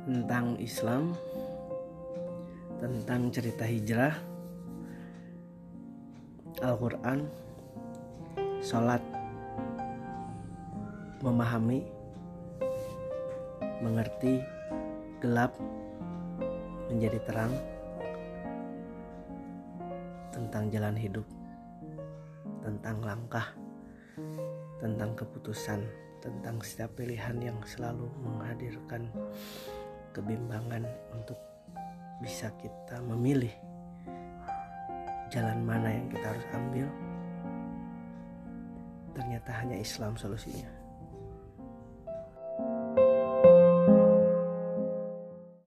tentang Islam, tentang cerita hijrah, Al-Quran, sholat, memahami, mengerti, gelap menjadi terang, tentang jalan hidup, tentang langkah, tentang keputusan, tentang setiap pilihan yang selalu menghadirkan kebimbangan untuk bisa kita memilih jalan mana yang kita harus ambil. Ternyata hanya Islam solusinya.